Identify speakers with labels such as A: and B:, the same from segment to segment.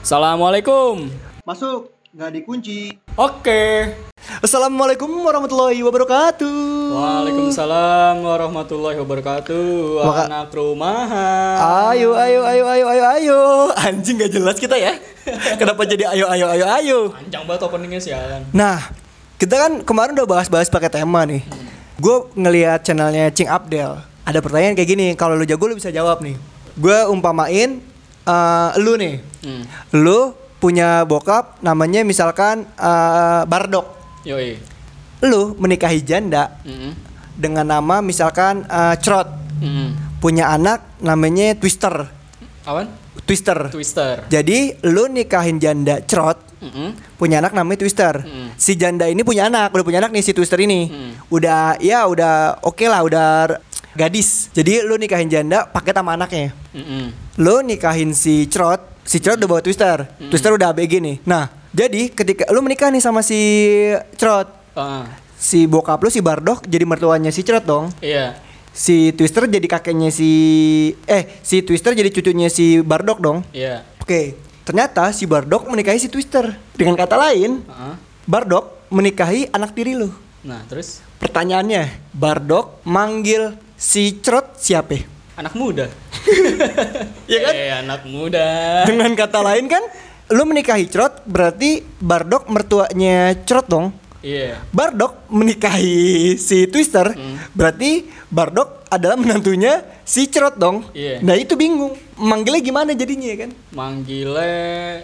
A: Assalamualaikum.
B: Masuk, nggak dikunci.
A: Oke.
B: Assalamualaikum warahmatullahi wabarakatuh.
A: Waalaikumsalam warahmatullahi wabarakatuh. Anak rumahan.
B: Ayo. Anjing gak jelas kita ya. Kenapa jadi ayo.
A: Panjang banget openingnya sialan.
B: Nah, kita kan kemarin udah bahas-bahas pakai tema nih. Gue ngelihat channelnya Cing Abdel. Ada pertanyaan kayak gini, kalau lu jago lu bisa jawab nih. Gue umpamain lu nih. Lu punya bokap namanya misalkan Bardok.
A: Yoi.
B: Lu menikahi janda dengan nama misalkan Crot. Punya anak namanya Twister.
A: Apaan?
B: Twister. Jadi lu nikahin janda Crot, punya anak namanya Twister. Si janda ini punya anak, udah punya anak nih si Twister ini. Udah oke lah, udah gadis. Jadi lu nikahin janda pakai nama anaknya. Lu nikahin si Crot udah bawa Twister. Twister udah ABG nih. Nah, jadi ketika lu menikah nih sama si Crot, si bokap lu si Bardok jadi mertuanya si Crot dong.
A: Iya.
B: Si Twister jadi kakeknya si Twister jadi cucunya si Bardok dong.
A: Iya.
B: Oke. Ternyata si Bardok menikahi si Twister. Dengan kata lain, Bardok menikahi anak tiri lu.
A: Nah, terus?
B: Pertanyaannya, Bardok manggil si Crot siapa?
A: Anak muda.
B: Iya kan?
A: Anak muda.
B: Dengan kata lain kan, lu menikahi Crot berarti Bardok mertuanya Crot dong.
A: Iya.
B: Bardok menikahi si Twister, berarti Bardok adalah menantunya si Crot dong.
A: Iya.
B: Nah itu bingung, manggilnya gimana jadinya kan?
A: Manggilnya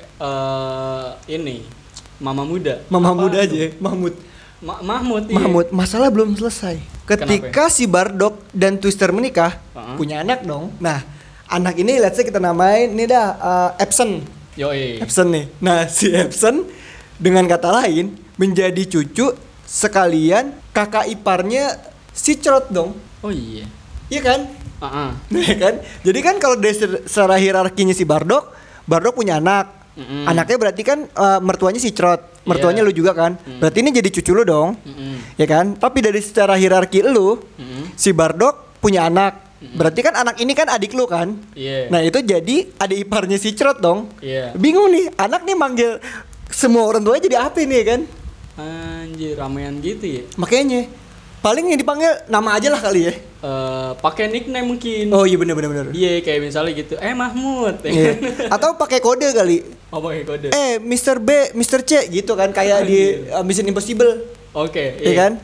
A: ini Mama Muda.
B: Mama
A: Apa
B: Muda
A: itu?
B: aja, Mahmud.
A: Mahmud. Iya.
B: Masalah belum selesai. Ketika si Bardok dan Twister menikah, punya anak dong. Nah, anak ini let's say kita namain ini Epson.
A: Yoi.
B: Epson nih. Nah, si Epson dengan kata lain menjadi cucu sekalian kakak iparnya si Crot dong.
A: Oh iya.
B: Iya kan? Nah, kan? Jadi kan kalau dari secara hierarkinya si Bardok punya anak. Anaknya berarti kan mertuanya si Crot, mertuanya lu juga kan. Berarti ini jadi cucu lu dong. Ya kan? Tapi dari secara hierarki lu, si Bardok punya anak. Berarti kan anak ini kan adik lu kan. Nah, itu jadi adik iparnya si Crot dong. Bingung nih, anak nih manggil semua orang tuanya jadi apa nih kan?
A: Anjir, ramean gitu ya.
B: Makanya paling yang dipanggil nama aja lah kali ya.
A: Pakai nickname mungkin.
B: Oh iya benar.
A: Iya, kayak misalnya gitu. Mahmud.
B: Iya. Atau pakai kode kali.
A: Oh, pakai kode.
B: Mr. B, Mr. C gitu kan kayak di Mission Impossible.
A: Oke,
B: iya kan?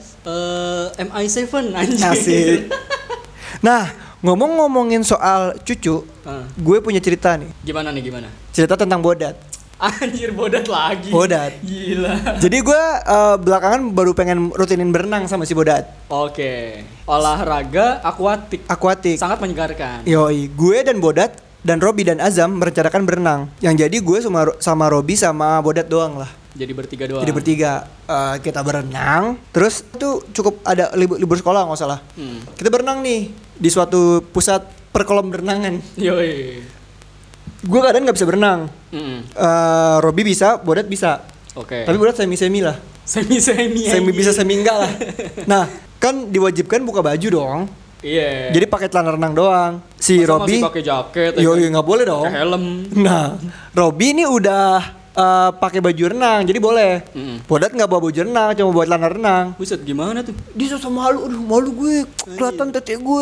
A: MI7 anjir.
B: Asik. Nah, ngomongin soal cucu, gue punya cerita nih.
A: Gimana?
B: Cerita tentang Bodat.
A: Anjir, Bodat lagi.
B: Bodat.
A: Gila.
B: Jadi gue belakangan baru pengen rutinin berenang sama si Bodat.
A: Oke. Olahraga akuatik. Sangat menyegarkan.
B: Yoi, gue dan Bodat dan Robi dan Azam merencanakan berenang. Yang jadi gue sama Robi sama Bodat doang lah.
A: Jadi bertiga doang.
B: Kita berenang. Terus itu cukup ada libur sekolah nggak salah. Kita berenang nih di suatu pusat perkolam berenangan.
A: Yoi.
B: Gue kadang nggak bisa berenang. Robi bisa, Bodat bisa.
A: Oke.
B: Tapi Bodat semi lah. Semi bisa semi enggak lah. Nah, kan diwajibkan buka baju dong.
A: Iya.
B: Jadi pakai celana renang doang. Si
A: masa
B: Robi
A: masih pakai jaket.
B: Yoi, nggak boleh dong.
A: Pakai helm.
B: Nah, Robi ini udah pakai baju renang, jadi boleh. Bodat nggak bawa baju renang, cuma bawa celana renang.
A: Buset, gimana tuh?
B: Dia sosok malu gue, kelihatan tete gue.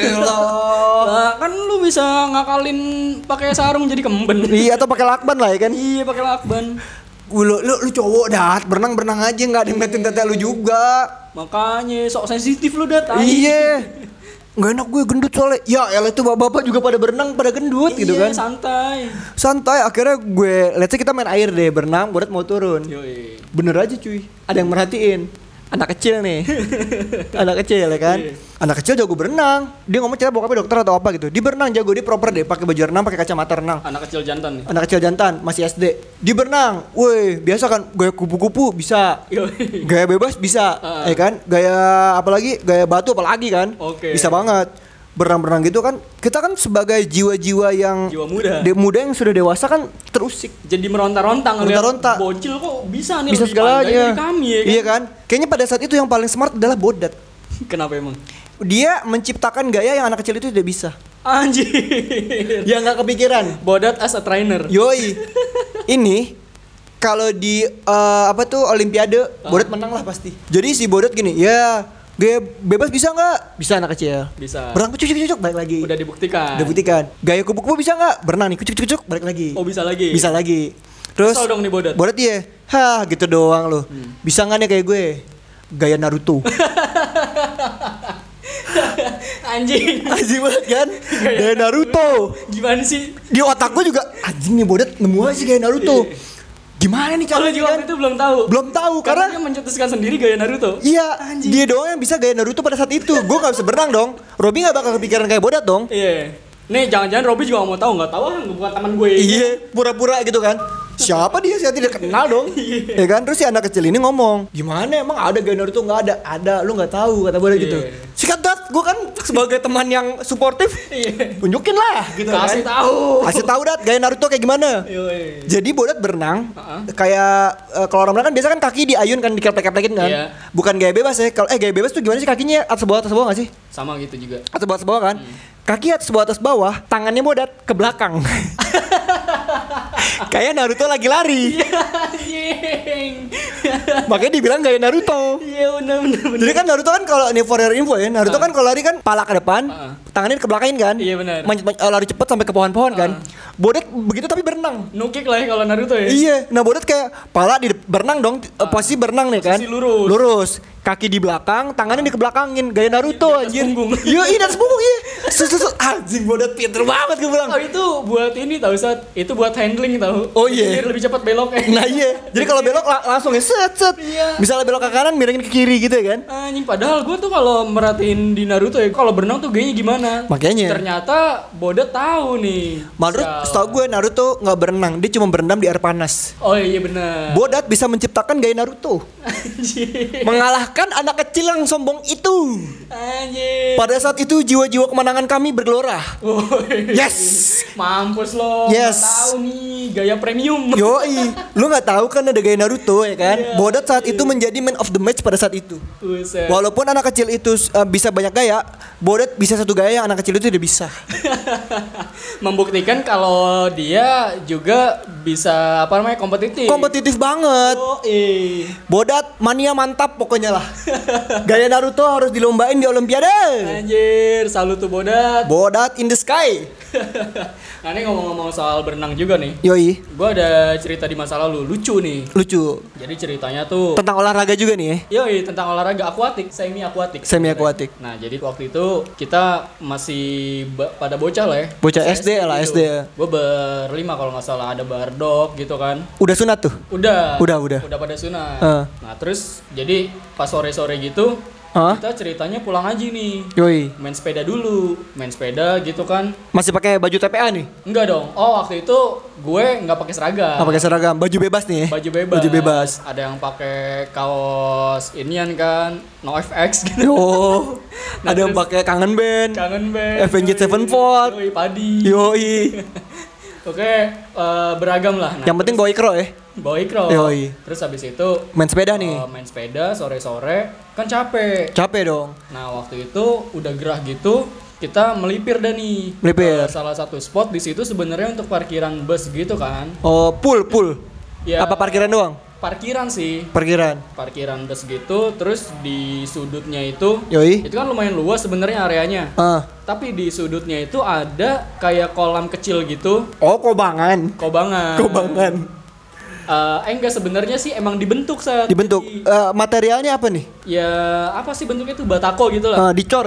A: Lah, kan lu bisa ngakalin pakai sarung jadi kemben.
B: Iya, atau pakai lakban lah ya kan?
A: Iya, pakai lakban.
B: Lu cowok Dat, berenang aja, nggak ada yang ngeliatin tete lu juga.
A: Makanya sok sensitif lu Dat.
B: Iya. Nggak enak gue gendut soalnya. Ya elah itu bapak-bapak juga pada berenang pada gendut gitu kan. Santai akhirnya gue let's say kita main air deh berenang. Bodat mau turun.
A: Yoi.
B: Bener aja cuy. Ada yang merhatiin. Anak kecil nih. Anak kecil ya kan. Anak kecil jago berenang. Dia ngomong cerita bokapnya dokter atau apa gitu. Dia berenang jago, dia proper deh, pakai baju renang, pakai kacamata renang.
A: Anak kecil jantan nih.
B: Anak kecil jantan masih SD. Dia berenang. Woi, biasa kan gaya kupu-kupu bisa.
A: Yoi.
B: Gaya bebas bisa. Ya kan? Gaya apalagi gaya batu apalagi kan? Bisa banget. Berenang gitu kan, kita kan sebagai jiwa-jiwa yang muda yang sudah dewasa kan terusik,
A: jadi meronta-ronta bocil kok bisa nih,
B: bisa segalanya
A: kami, ya kan?
B: Iya kan, kayaknya pada saat itu yang paling smart adalah Bodat.
A: Kenapa emang?
B: Dia menciptakan gaya yang anak kecil itu tidak bisa.
A: Anjir.
B: Ya nggak kepikiran.
A: Bodat as a trainer.
B: Yoi. Ini kalau di apa tuh Olimpiade, Bodat menang lah pasti. Jadi si Bodat gini, ya gaya bebas bisa nggak? Bisa anak kecil.
A: Bisa.
B: Berenang kucuk balik lagi.
A: Udah dibuktikan.
B: Udah buktikan. Gaya kupu-kupu bisa nggak? Berenang nih kucuk balik lagi.
A: Oh bisa lagi.
B: Bisa lagi. Terus
A: Kesel dong nih Bodat.
B: Bodat dia, hah gitu doang loh. Bisa nggak nih kayak gue? Gaya Naruto.
A: Anjing.
B: Anjing banget kan? Gaya Naruto.
A: Gimana sih?
B: Di otak gue juga anjing nih Bodat nemu aja sih gaya Naruto. Gimana nih
A: Kalau
B: caranya
A: juga
B: kan?
A: waktu itu belum tahu.
B: Belum tahu
A: Karena
B: karena
A: dia mencetuskan sendiri gaya Naruto.
B: iya, dia doang yang bisa gaya Naruto pada saat itu. Gue gak bisa berenang dong. Robby gak bakal kepikiran kayak Bodat dong.
A: Iya. Nih jangan-jangan Robby juga nggak tahu ah bukan teman gue.
B: Iya, pura-pura gitu kan. Siapa dia? Saya tidak kenal dong. Ya kan? Terus si anak kecil ini ngomong, gimana emang ada gaya Naruto? Nggak ada. Ada, lu nggak tahu kata Bodat gitu. Sikat dat, gue kan sebagai teman yang suportif, tunjukin lah gitu kan.
A: Kasih tahu.
B: Kasih tahu dat gaya Naruto kayak gimana.
A: Yoi.
B: Jadi Bodat berenang kayak kalau orang berenang kan biasa kan kaki diayun kan dikeplek-keplekin kan.
A: Iya.
B: Bukan gaya bebas ya. Kalau gaya bebas tuh gimana sih kakinya atas bawah nggak sih?
A: Sama gitu juga.
B: Atas bawah kan. Kaki atas bawah, tangannya Bodat ke belakang. Kayak Naruto lagi lari.
A: Anjing.
B: Makanya dibilang gaya Naruto.
A: Iya benar.
B: Jadi kan Naruto kan kalau ini for your info ya, Naruto kan kalau lari kan pala ke depan, tangannya ke belakangin kan.
A: Iya, benar.
B: Lari cepet sampai ke pohon-pohon kan. Bodat begitu tapi berenang.
A: Nukik lah ya kalau Naruto ya.
B: Iya, nah Bodat kayak pala di berenang dong, posisi berenang nih kan.
A: Posisi lurus.
B: Lurus. Kaki di belakang, tangannya dikebelakangin, gaya Naruto
A: Di atas
B: anjir.
A: punggung.
B: Iya, di atas punggung iya. Anjing Bodat pinter banget gue bilang.
A: Oh itu buat ini tahu Sat. Itu buat handling tahu.
B: Oh, iya.
A: Biar lebih cepat beloknya.
B: Nah iya, jadi kalau belok langsung ya set.
A: Iya.
B: Misalnya belok ke kanan, miringin ke kiri gitu ya kan.
A: Anjing padahal gue tuh kalau merhatiin di Naruto ya kalau berenang tuh gayanya gimana.
B: Makanya.
A: Ternyata Bodat tahu nih.
B: Menurut setahu gue Naruto nggak berenang, dia cuma berendam di air panas.
A: Oh iya benar.
B: Bodat bisa menciptakan gaya Naruto,
A: Anjing.
B: mengalahkan anak kecil yang sombong itu.
A: Anjing.
B: Pada saat itu jiwa-jiwa kemenangan kami bergelora.
A: Woi.
B: Yes.
A: Mampus lo.
B: Yes.
A: Nggak tahu nih gaya premium.
B: Yoi, lu nggak tahu kan ada gaya Naruto ya kan? Bodat saat itu menjadi man of the match pada saat itu.
A: Buset.
B: Walaupun anak kecil itu bisa banyak gaya, Bodat bisa satu gaya yang anak kecil itu tidak bisa.
A: Membuktikan kalau dia juga bisa apa namanya kompetitif.
B: Kompetitif banget.
A: Oh,
B: Bodat mania mantap pokoknya lah. Gaya Naruto harus dilombain di Olimpiade.
A: Anjir, salut tuh Bodat.
B: Bodat in the sky.
A: Nah ini ngomong-ngomong soal berenang juga nih.
B: Yoi,
A: Gue ada cerita di masa lalu, lucu nih.
B: lucu.
A: Jadi ceritanya tuh
B: Tentang olahraga juga nih ya.
A: yoi tentang olahraga akuatik, semi akuatik.
B: Semi akuatik.
A: Nah jadi waktu itu kita masih pada bocah lah ya.
B: Bocah
A: Masih
B: SD lah, SD ya.
A: Gue berlima kalau nggak salah, ada Bardok gitu kan.
B: Udah sunat tuh.
A: Udah pada sunat. Nah terus jadi pas sore-sore gitu kita ceritanya pulang aja nih.
B: Yoi.
A: Main sepeda dulu, main sepeda gitu kan.
B: Masih pakai baju TPA nih?
A: Enggak dong. Oh waktu itu gue nggak pakai seragam.
B: Nggak pakai seragam, baju bebas nih.
A: Baju bebas.
B: Baju bebas.
A: Ada yang pakai kaos inian kan, NoFX gitu.
B: Oh.
A: Nah,
B: Ada yang
A: terus
B: pakai kangen band.
A: Kangen band.
B: Avenged Sevenfold.
A: Yoi, padi.
B: Yoi.
A: Oke, beragam lah. Nah,
B: Yang penting bawa ikro ya.
A: bawa ikro.
B: Yoi.
A: Terus habis itu
B: Main sepeda nih.
A: main sepeda sore-sore kan capek.
B: Capek dong.
A: Nah, waktu itu udah gerah gitu, kita melipir dah nih.
B: Melipir.
A: Ke salah satu spot di situ sebenarnya untuk parkiran bus gitu kan.
B: Oh, pool.
A: Ya,
B: Apa parkiran doang?
A: Parkiran sih.
B: Parkiran.
A: Parkiran bus gitu, terus di sudutnya itu
B: Yoi.
A: itu kan lumayan luas sebenarnya areanya. Tapi di sudutnya itu ada kayak kolam kecil gitu,
B: Oh, kobangan.
A: kobangan. Enggak sebenarnya sih emang dibentuk saat
B: Dibentuk. Materialnya apa nih?
A: ya apa sih bentuknya tuh batako gitu lah.
B: Dicor.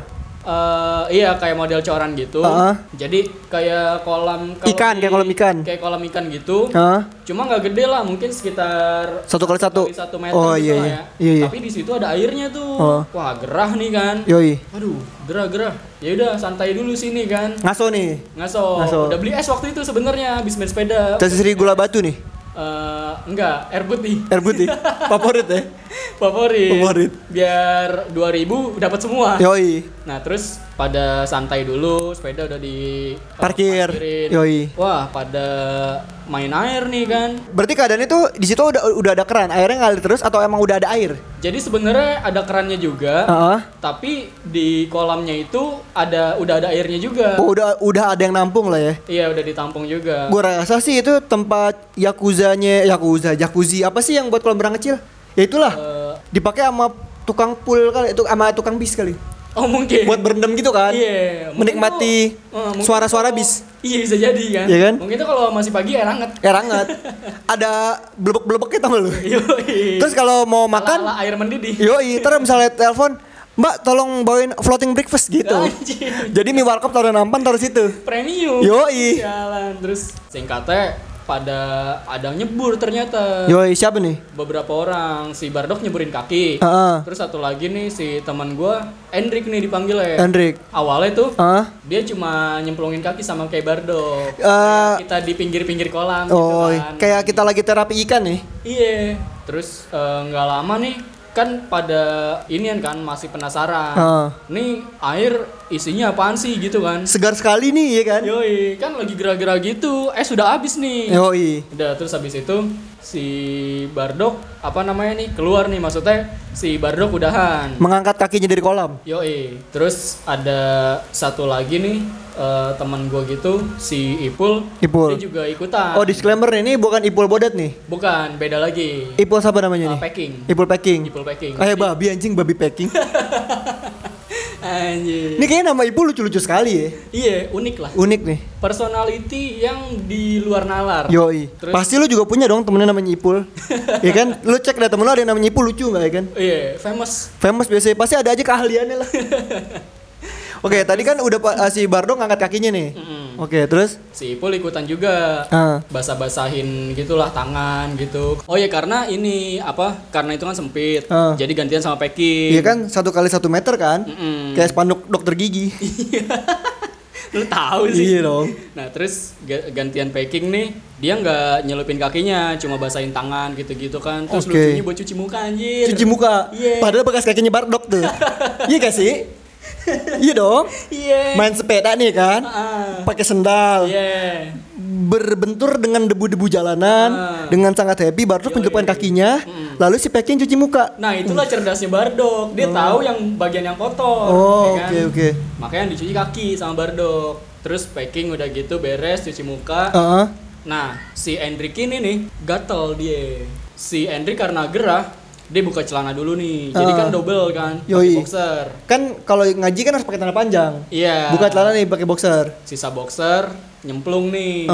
A: Iya kayak model coran gitu. Jadi kayak kolam
B: Ikan, kayak kolam ikan.
A: Kayak kolam ikan gitu. Cuma nggak gede lah, mungkin sekitar
B: 1x1.
A: 1 meter
B: Oh
A: gitu
B: iya,
A: lah
B: iya.
A: ya.
B: Iya.
A: Tapi di situ ada airnya tuh. Wah gerah nih kan.
B: Yoi.
A: Aduh gerah. Ya udah santai dulu sini kan.
B: Ngaso nih.
A: Ngaso. Udah beli es waktu itu sebenarnya habis main sepeda.
B: Sri gula batu nih.
A: Enggak, air putih.
B: Air putih. Favorit ya.
A: Favorit. Biar 2.000 dapat semua.
B: Yoi.
A: Nah, terus pada santai dulu, sepeda udah di
B: parkirin. Yoi.
A: Wah, pada main air nih kan.
B: Berarti keadaannya tuh di situ udah ada keran, airnya ngalir terus atau emang udah ada air?
A: Jadi sebenarnya ada kerannya juga, tapi di kolamnya itu udah ada airnya juga.
B: Oh, udah ada yang nampung lah ya?
A: Iya, udah ditampung juga.
B: Gua rasa sih itu tempat jacuzzi apa sih yang buat kolam renang kecil? Ya itulah. Dipakai sama tukang pool kali, itu sama tukang bis kali.
A: Oh mungkin.
B: Buat berendam gitu kan?
A: Iya.
B: Menikmati suara-suara bis.
A: Iya bisa jadi kan?
B: Iya kan?
A: Mungkin itu kalau masih pagi air hangat.
B: Ada blebek-blebeknya tau gak lu?
A: Yoi.
B: Terus kalau mau makan
A: ala air mendidih.
B: Yoi, ntar misalnya telepon, Mbak tolong bawain floating breakfast gitu. Jadi mie warkop taruh nampan taruh situ.
A: Premium.
B: Yoi.
A: Jalan terus singkatnya pada ada nyebur ternyata.
B: Yoi, siapa nih?
A: Beberapa orang, si Bardok nyeburin kaki. Terus satu lagi nih si teman gua, Hendrik nih dipanggilnya.
B: Hendrik.
A: Awalnya tuh dia cuma nyemplungin kaki sama kayak Bardok. Kita di pinggir-pinggir kolam gitu kan.
B: Kayak kita lagi terapi ikan nih.
A: Iya. Terus nggak lama nih kan pada inian kan masih penasaran. Nih air isinya apaan sih gitu kan.
B: Segar sekali nih ya kan.
A: Yoi, kan lagi gerah-gerah gitu. Sudah habis nih.
B: Yoi.
A: Udah terus habis itu si Bardok keluar nih, maksudnya si Bardok udahan
B: mengangkat kakinya dari kolam.
A: Yoi. Terus ada satu lagi nih teman gue gitu, si Ipul. Dia juga ikutan.
B: Oh, disclaimer ini bukan Ipul Bodet nih.
A: Bukan, beda lagi.
B: Ipul siapa namanya nih?
A: Packing.
B: Ipul Packing. Kayak babi Packing.
A: Anjir.
B: Ini kayaknya nama Ipul lucu-lucu sekali ya.
A: Iya, unik lah.
B: Unik nih.
A: Personality yang di luar nalar.
B: Yoi. Terus, pasti lu juga punya dong temennya namanya Ipul. Iya kan? Lu cek deh temen lu ada yang namanya Ipul, lucu gak ya kan?
A: Iya, famous.
B: Famous biasanya, pasti ada aja keahliannya lah. Oke, tadi kan udah si Bardok ngangkat kakinya nih. Oke, terus?
A: Si Ipul ikutan juga. Basah-basahin gitulah tangan gitu. Oh ya karena karena itu kan sempit. Jadi gantian sama Packing.
B: Iya kan, 1 kali 1 meter kan? Kayak spanduk dokter gigi.
A: Lu tahu sih.
B: Iya dong.
A: Nah, terus gantian Packing nih, dia nggak nyelupin kakinya, cuma basahin tangan gitu-gitu kan. Terus lucunya buat cuci muka anjir.
B: Cuci muka?
A: Yeah.
B: Padahal bekas kakinya Bardok tuh. Iya gak sih? Iya dong.
A: Iya.
B: Main sepeda nih kan, pakai sendal.
A: Iya.
B: Berbentur dengan debu-debu jalanan, dengan sangat happy Bardok mencelupkan kakinya, lalu si Packing cuci muka.
A: Nah, itulah cerdasnya Bardok. Dia tahu yang bagian yang kotor.
B: Oke.
A: Makanya dicuci kaki sama Bardok. Terus Packing udah gitu beres cuci muka. Nah, si Hendrik ini nih gatel dia. Si Hendrik karena gerah, dia buka celana dulu nih. Jadi kan double kan, pakai boxer.
B: Kan kalau ngaji kan harus pakai celana panjang.
A: Iya.
B: Buka celana nih pakai boxer.
A: Sisa boxer nyemplung nih.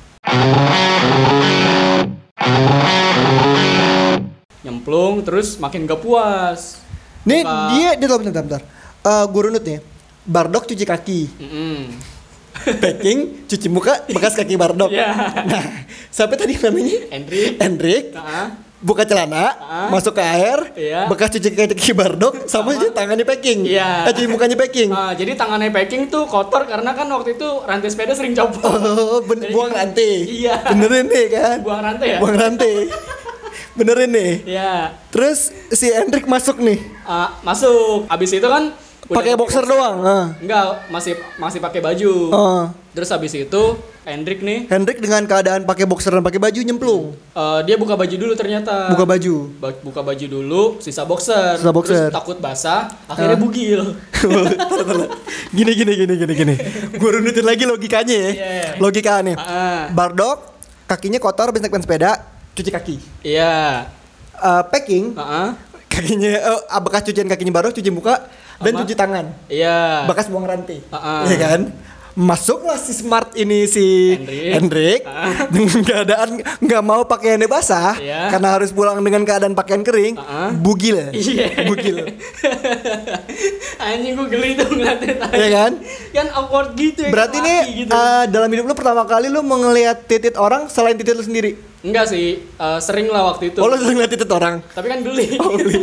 A: Nyemplung terus makin gak puas.
B: Nih dia bentar. Gue runut nih. Bardok cuci kaki. Packing cuci muka bekas kaki Bardok. Nah, sampai tadi namanya Hendrik. Buka celana, masuk ke air, bekas cuci kaki Bardok, sama tangannya Packing. Cuci mukanya Packing.
A: Jadi tangannya Packing tuh kotor karena kan waktu itu rantai sepeda sering copot.
B: Buang rantai.
A: Iya.
B: Benerin nih kan?
A: Buang rantai ya?
B: Buang rantai. Benerin nih.
A: Iya.
B: Terus si Hendrik masuk nih.
A: Masuk. Abis itu kan
B: pakai boxer doang.
A: Enggak, masih pakai baju. Terus habis itu Hendrik
B: dengan keadaan pakai boxer dan pakai baju nyemplung.
A: Dia buka baju dulu ternyata. Buka baju dulu, sisa boxer. Terus takut basah, akhirnya bugil.
B: Gini. Gue runutin lagi logikanya ya. Logika nih. Bardok kakinya kotor habis naik sepeda, cuci kaki.
A: Iya.
B: Packing. Kakinya bekas cucian kakinya Bardok, cuci muka dan cuci tangan.
A: Iya.
B: Bekas buang rantai. Iya kan? Masuklah si smart ini si Hendrik dengan keadaan nggak mau pakaiannya basah karena harus pulang dengan keadaan pakaian kering. Bugil. Bugil.
A: Anjing gue geli tuh ngeliatin.
B: Iya kan?
A: Kan awkward gitu ya.
B: Berarti nih gitu. Dalam hidup lu pertama kali lu ngelihat titit orang selain titit lu sendiri?
A: Enggak sih, sering lah waktu itu.
B: Oh, lu sering lihat titit orang?
A: Tapi kan geli.
B: Oh, geli.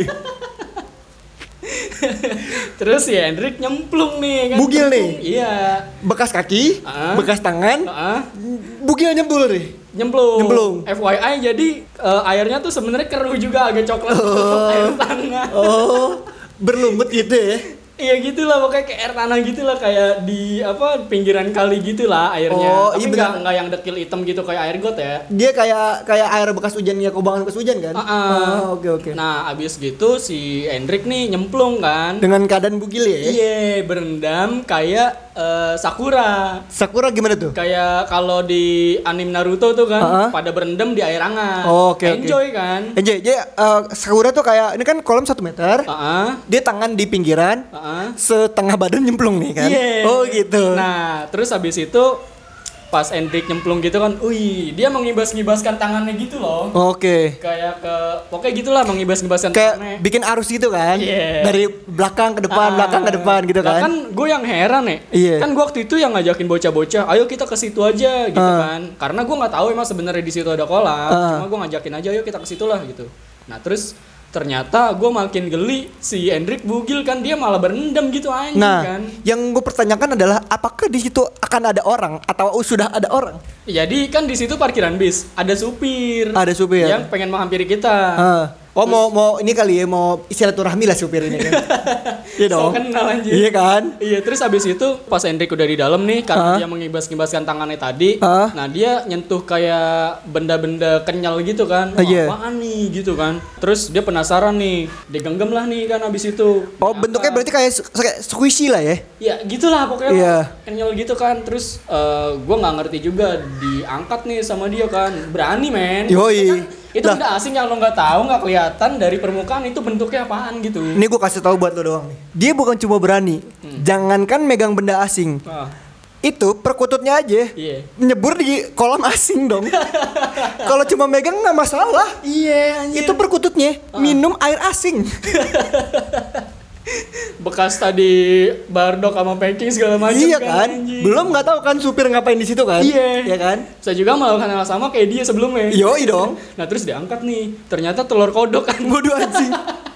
A: Terus ya Hendrik nyemplung nih kan.
B: Bugil nih.
A: Iya.
B: Bekas kaki, bekas tangan. Bugil nyembul nih. Nyemplung.
A: FYI jadi airnya tuh sebenarnya keruh juga, agak coklat air tanah.
B: Berlumut gitu ya.
A: Iya gitulah, pokoknya kayak air tanah gitulah, kayak di pinggiran kali gitulah airnya. Tapi nggak yang dekil hitam gitu kayak air got ya.
B: Dia kayak air bekas hujan ya, kubangan bekas hujan kan? Oke.
A: Nah abis gitu si Hendrik nih nyemplung kan.
B: Dengan keadaan bugil ya?
A: Iya, berendam kayak Sakura.
B: Sakura gimana tuh?
A: Kayak kalau di anime Naruto tuh kan pada berendam di air hangat. Enjoy kan?
B: Enjoy. Jadi Sakura tuh kayak ini kan kolam 1 meter. Dia tangan di pinggiran. Setengah badan nyemplung nih kan. Gitu.
A: Nah terus habis itu pas Hendrik nyemplung gitu kan, dia mengibas-ngibaskan tangannya gitu loh. Kayak pokoknya gitulah, mengibas-ngibaskan tangannya.
B: Kayak bikin arus gitu kan. Dari belakang ke depan, belakang ke depan gitu kan.
A: Kan gue yang heran kan gue waktu itu yang ngajakin bocah-bocah, ayo kita ke situ aja gitu kan. Karena gue nggak tahu emang sebenarnya di situ ada kolam. Cuma gue ngajakin aja, ayo kita ke situ lah gitu. Nah terus ternyata gue makin geli, si Hendrik bugil kan, dia malah berendam gitu anjing kan.
B: Yang gue pertanyakan adalah apakah di situ akan ada orang atau sudah ada orang?
A: Jadi kan di situ parkiran bis, ada supir. Yang pengen menghampiri kita.
B: Mau ini kali ya, mau silaturahmi lah supir ini kan. Iya dong.
A: So kenal anjir.
B: Iya kan?
A: Iya, terus habis itu pas Hendrik udah di dalam nih, karena dia mengibas-ngibaskan tangannya tadi. Nah, dia nyentuh kayak benda-benda kenyal gitu kan. Apaan nih gitu kan. Terus dia penasaran nih, dia genggam lah nih kan habis itu.
B: Bentuknya berarti kayak squishy lah ya?
A: Ya, gitulah pokoknya. Kenyal gitu kan. Terus gua nggak ngerti juga, diangkat nih sama dia kan. Berani men.
B: Yoi.
A: Itu benda asing yang lo nggak tahu, nggak kelihatan dari permukaan itu bentuknya apaan gitu.
B: Ini gue kasih tahu buat lo doang nih. Dia bukan cuma berani, jangankan megang benda asing, itu perkututnya aja nyebur di kolam asing dong. Kalau cuma megang nggak masalah.
A: Anjir.
B: Itu perkututnya minum air asing.
A: Bekas tadi bardok sama packing segala macam
B: kan. Belum nggak tahu kan supir ngapain di situ kan. Ya kan.
A: Saya juga melakukan hal sama kayak dia sebelumnya.
B: Yoi dong.
A: Nah terus diangkat nih, ternyata telur kodok kan.
B: Bodoh anjing.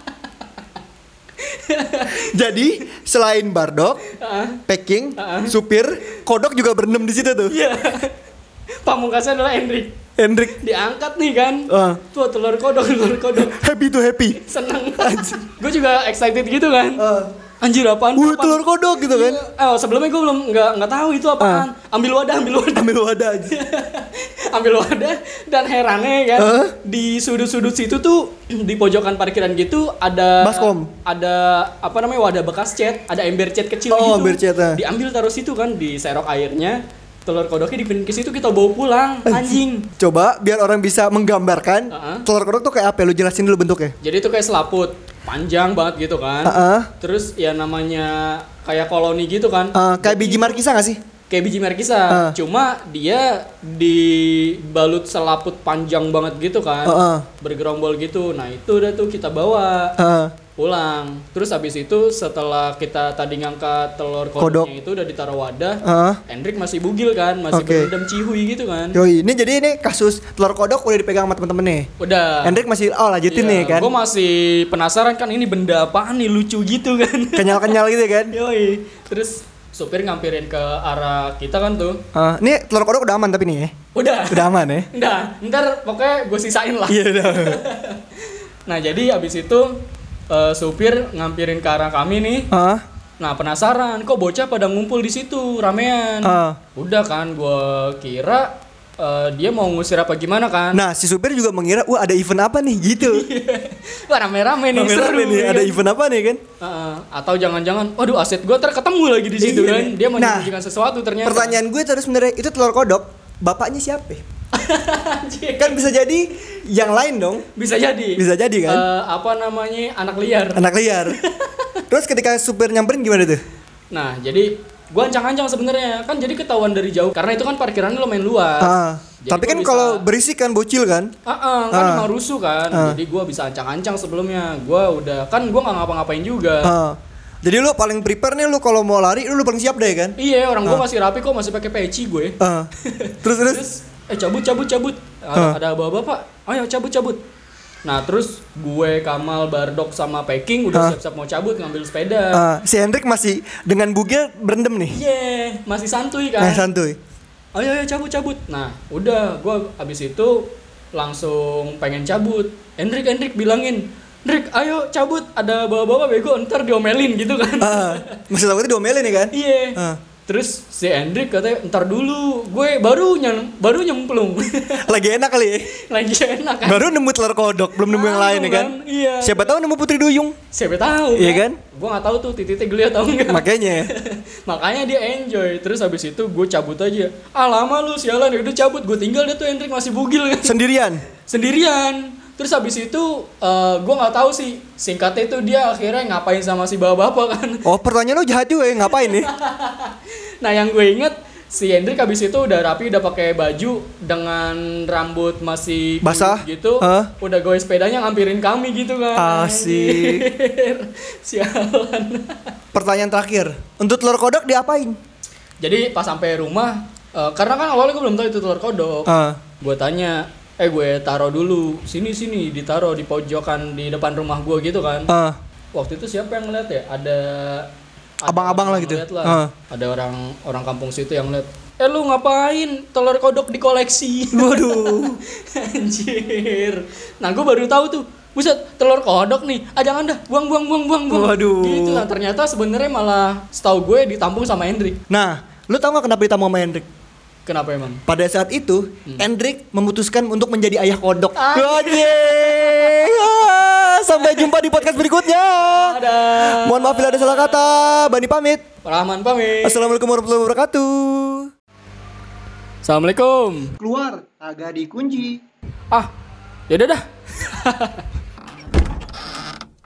B: Jadi selain bardok, packing, supir, kodok juga berendam di situ tuh.
A: Iya. Pamungkasnya adalah Hendrik diangkat nih kan. Tuh telur kodok.
B: Happy.
A: Seneng. Gue juga excited gitu kan. Anjir apaan?
B: Telur kodok gitu kan.
A: Sebelumnya gue belum nggak tahu itu apaan. Ambil wadah aja. Ambil wadah, dan herannya kan di sudut-sudut situ tuh, di pojokan parkiran gitu ada
B: baskom.
A: Ada wadah bekas cat, ada ember cat kecil gitu.
B: Ember cat.
A: Diambil taruh situ kan, diserok airnya. Telur kodoknya dipindahin ke situ, kita bawa pulang, anjing.
B: Coba biar orang bisa menggambarkan telur kodok tuh kayak apa, lu jelasin dulu bentuknya.
A: Jadi itu kayak selaput, panjang banget gitu kan. Terus ya namanya kayak koloni gitu kan.
B: Kayak biji markisa gak sih?
A: Kayak biji markisa, cuma dia dibalut selaput panjang banget gitu kan. Bergerombol gitu. Nah itu udah tuh kita bawa pulang. Terus habis itu setelah kita tadi ngangkat telur kodoknya itu udah ditaruh wadah, Hendrik masih bugil kan, masih berendam cihui gitu kan.
B: Yoi, ini kasus telur kodok udah dipegang sama temen-temen nih.
A: Udah.
B: Hendrik masih lanjutin nih kan.
A: Gue masih penasaran kan, ini benda apaan nih, lucu gitu kan.
B: Kenyal-kenyal gitu kan.
A: Yoi. Terus supir ngampirin ke arah kita kan tuh.
B: Ini telur kodok udah aman tapi nih ya. Udah aman ya.
A: Ntar pokoknya gue sisain lah.
B: Iya udah.
A: Nah jadi abis itu supir ngampirin ke arah kami nih. Nah penasaran, kok bocah pada ngumpul di situ ramean. Udah kan, gue kira dia mau ngusir apa gimana kan.
B: Nah si supir juga mengira, wah ada event apa nih gitu.
A: Wah rame-rame nih, seru
B: nih, ada event apa nih kan.
A: Atau jangan-jangan, waduh aset gue ketemu lagi di situ kan. Dia mau menyembunyikan sesuatu ternyata.
B: Pertanyaan gue terus sebenarnya, itu telur kodok bapaknya siapa? Kan bisa jadi yang lain dong.
A: Bisa jadi
B: kan.
A: Anak liar.
B: Terus ketika supir nyamperin gimana tuh?
A: Nah jadi gue ancang-ancang sebenarnya kan, jadi ketahuan dari jauh karena itu kan parkirannya lumayan luas.
B: Tapi kan kalau berisik kan, bocil kan.
A: Kan emang rusuh kan. Jadi gue bisa ancang-ancang sebelumnya. Gue nggak ngapa-ngapain juga.
B: Jadi lu paling prepare nih, lu kalau mau lari lu paling siap deh kan?
A: Iya, orang gue masih rapi kok, masih pakai peci gue.
B: Terus
A: cabut. Ada bapak, ayo cabut. Nah terus gue, Kamal, Bardok sama Packing udah siap-siap mau cabut ngambil sepeda.
B: Si Hendrik masih dengan bugil berendam nih.
A: Masih santuy kan.
B: Santuy.
A: ayo cabut. Nah udah gue abis itu langsung pengen cabut. Hendrik bilangin, Hendrik ayo cabut, ada bawa-bawa bego ntar diomelin gitu kan.
B: Maksud aku itu diomelin ya kan?
A: Iya. Terus si Hendrik katanya ntar dulu, gue baru nyemplung.
B: Lagi enak kali ya?
A: Lagi enak kan?
B: Baru nemu telur kodok, belum nemu yang lain ya kan?
A: Iya.
B: Siapa tahu nemu putri duyung.
A: Siapa tahu?
B: Iya kan?
A: Gue nggak tahu tuh titiknya geli atau enggak. Makanya dia enjoy. Terus habis itu gue cabut aja. Lama lu sialan, ya udah cabut. Gue tinggal, dia tuh Hendrik masih bugil kan? Sendirian. Terus habis itu gue nggak tahu sih singkatnya itu dia akhirnya ngapain sama si bapak-bapak kan.
B: Oh pertanyaan lu jahat juga ya, ngapain nih?
A: Nah yang gue inget si Hendrik habis itu udah rapi, udah pakai baju dengan rambut masih
B: basah
A: gitu, udah goes sepedanya ngampirin kami gitu kan.
B: Asik.
A: Sialan.
B: Pertanyaan terakhir, untuk telur kodok diapain?
A: Jadi pas sampai rumah, karena kan awalnya gue belum tahu itu telur kodok, gue tanya, gue taruh dulu sini ditaruh di pojokan di depan rumah gue gitu kan. Waktu itu siapa yang ngeliat ya? Ada
B: abang-abang lah gitu.
A: Ada orang kampung situ yang ngeliat, lu ngapain telur kodok dikoleksi?
B: Waduh.
A: Anjir. Nah gue baru tahu tuh, buset telur kodok nih, jangan dah, buang.
B: Waduh.
A: Gitu. Nah ternyata sebenarnya malah setahu gue ditampung sama Hendrik.
B: Nah, lu tahu nggak kenapa ditampung sama Hendrik?
A: Kenapa emang?
B: Pada saat itu, Hendrik memutuskan untuk menjadi ayah kodok. Sampai jumpa di podcast berikutnya. Mohon maaf bila ada salah kata. Bani pamit.
A: Rahman pamit.
B: Assalamualaikum warahmatullahi wabarakatuh.
A: Assalamualaikum.
B: Keluar, agak dikunci.
A: Yaudah dah.